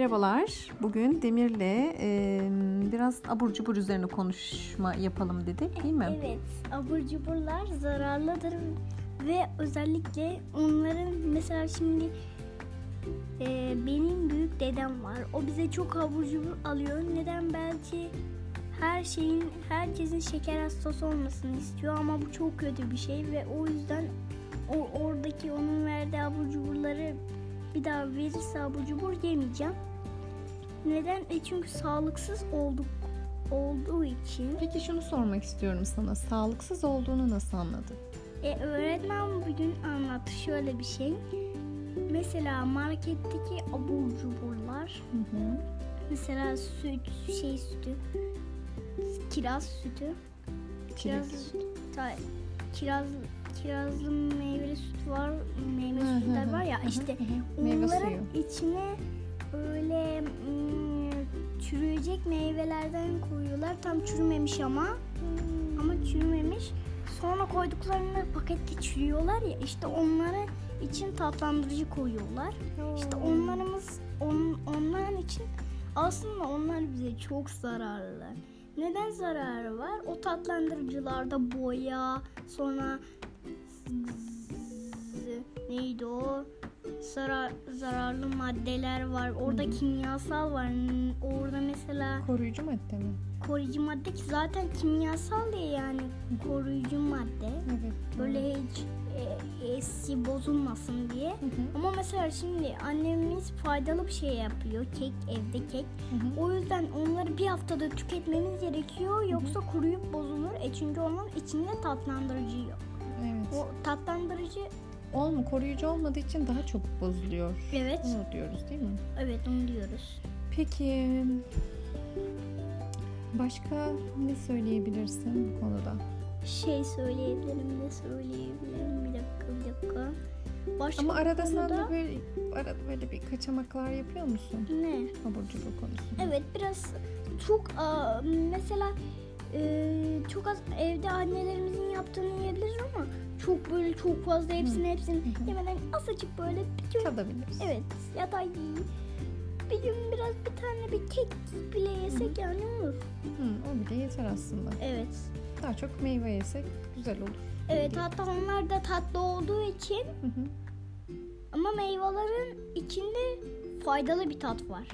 Merhabalar. Bugün Demir'le biraz abur cubur üzerine konuşma yapalım dedik, değil mi? Evet, abur cuburlar zararlıdır ve özellikle onların mesela şimdi benim büyük dedem var. O bize çok abur cubur alıyor. Neden? Belki herkesin şeker hastası olmasını istiyor ama bu çok kötü bir şey ve o yüzden oradaki onun verdiği abur cuburları bir daha verirse abur cubur yemeyeceğim. Neden? Çünkü sağlıksız olduğu için. Peki şunu sormak istiyorum sana. Sağlıksız olduğunu nasıl anladın? Öğretmen bugün anlattı şöyle bir şey. Mesela marketteki abur cuburlar. Mesela sütü, kiraz sütü. Kirazlı meyveli süt var, meyve sütler var ya işte onların içine böyle çürüyecek meyvelerden koyuyorlar. Tam çürümemiş ama çürümemiş. Sonra koyduklarını pakette çürüyorlar ya işte onları için tatlandırıcı koyuyorlar. İşte onların için aslında onlar bize çok zararlı. Neden zararı var? O tatlandırıcılarda boya, sonra neydi o? Zararlı maddeler var. Orada kimyasal var. Orada mesela koruyucu madde mi? Koruyucu madde ki zaten kimyasal diye yani koruyucu madde. Evet. Böyle hiç eski bozulmasın diye. Ama mesela şimdi annemiz faydalı bir şey yapıyor. Evde kek. O yüzden onları bir haftada tüketmemiz gerekiyor. Yoksa kuruyup bozulur. Çünkü onun içinde tatlandırıcı yok. Evet. O tatlandırıcı koruyucu olmadığı için daha çabuk bozuluyor. Evet. Onu diyoruz değil mi? Evet, onu diyoruz. Peki başka ne söyleyebilirsin bu konuda? Söyleyebilirim. Bir dakika. Başka ama arada konuda... sen de böyle bir kaçamaklar yapıyor musun? Ne? Abur cubur konusunda. Evet, biraz çok mesela çok az evde annelerimizin yaptığını yiyebiliriz ama çok fazla hepsini yemeden azıcık böyle bir gün tadabiliriz. Evet, ya da bir gün bir tane bir kek bile yesek yani olur. O bile yeter aslında. Evet. Daha çok meyve yesek güzel olur. Evet, hatta onlar da tatlı olduğu için ama meyvelerin içinde faydalı bir tat var.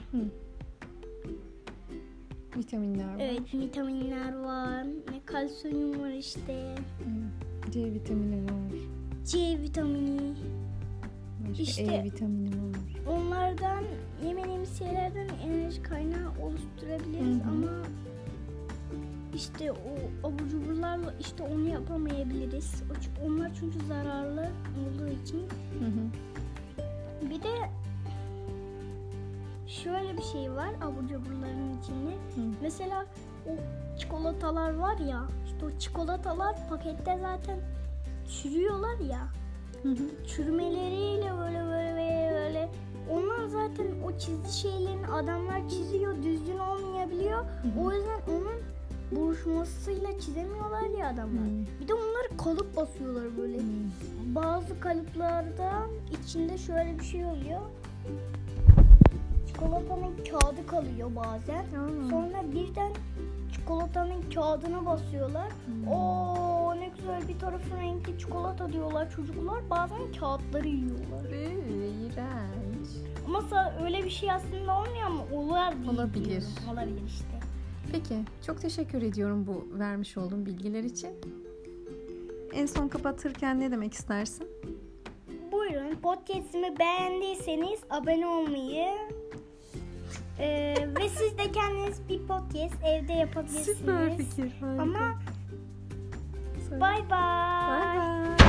Vitaminler var. Evet, vitaminler var. Kalsiyum var işte. C vitamini var. C vitamini. İşte E vitamini var. Onlardan yemediğimiz şeylerden enerji kaynağı oluşturabiliriz ama işte o abur cuburlarla işte onu yapamayabiliriz. Onlar çünkü zararlı olduğu için. Bir de şöyle bir şey var abur cuburların içinde. Mesela o çikolatalar var ya, işte o çikolatalar pakette zaten çürüyorlar ya. Çürümeleriyle böyle onlar zaten o çizgi şeylerini adamlar çiziyor, düzgün olmayabiliyor. O yüzden onun buruşmasıyla çizemiyorlar ya adamlar. Bir de onları kalıp basıyorlar böyle. Bazı kalıplarda içinde şöyle bir şey oluyor. Çikolatanın kağıdı kalıyor bazen. Sonra birden çikolatanın kağıdına basıyorlar. Ne güzel bir tarafı renkli çikolata diyorlar çocuklar. Bazen kağıtları yiyorlar. İğrenç. Ama öyle bir şey aslında olmuyor ama olabilir. Olabilir işte. Peki, çok teşekkür ediyorum bu vermiş olduğum bilgiler için. En son kapatırken ne demek istersin? Buyurun, podcast'imi beğendiyseniz abone olmayı ve siz de kendiniz bir podcast evde yapabilirsiniz. Süper fikir. Ama bye bye.